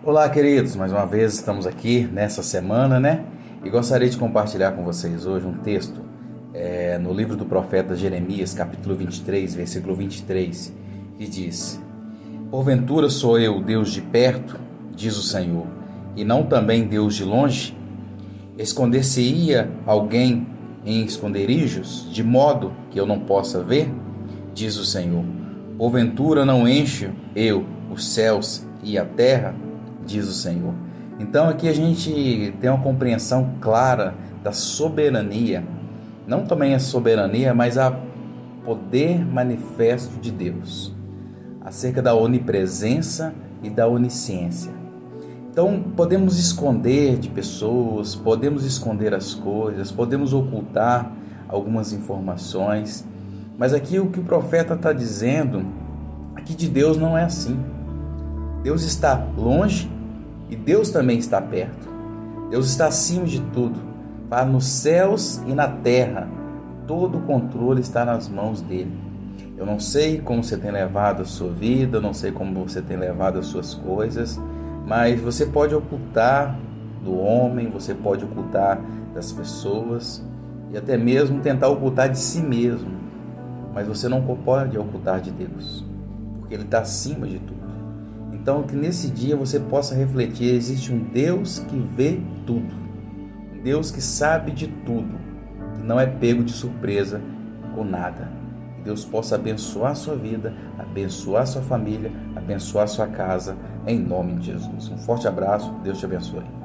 Olá, queridos, mais uma vez estamos aqui nessa semana, né? E gostaria de compartilhar com vocês hoje um texto no livro do profeta Jeremias, capítulo 23, versículo 23, que diz: Porventura sou eu Deus de perto, diz o Senhor, e não também Deus de longe? Esconder-se-ia alguém em esconderijos, de modo que eu não possa ver? Diz o Senhor. Porventura não encho eu os céus e a terra? Diz o Senhor. Então aqui a gente tem uma compreensão clara da soberania, não também a soberania, mas a poder manifesto de Deus, acerca da onipresença e da onisciência. Então podemos esconder de pessoas, podemos esconder as coisas, podemos ocultar algumas informações, mas aqui o que o profeta está dizendo, aqui de Deus não é assim. Deus está longe e Deus também está perto. Deus está acima de tudo. Para nos céus e na terra, todo o controle está nas mãos dele. Eu não sei como você tem levado a sua vida, eu não sei como você tem levado as suas coisas, mas você pode ocultar do homem, você pode ocultar das pessoas e até mesmo tentar ocultar de si mesmo, mas você não pode ocultar de Deus, porque Ele está acima de tudo. Então, que nesse dia você possa refletir: existe um Deus que vê tudo, um Deus que sabe de tudo, que não é pego de surpresa com nada. Que Deus possa abençoar a sua vida, abençoar a sua família, abençoar a sua casa, em nome de Jesus. Um forte abraço, Deus te abençoe.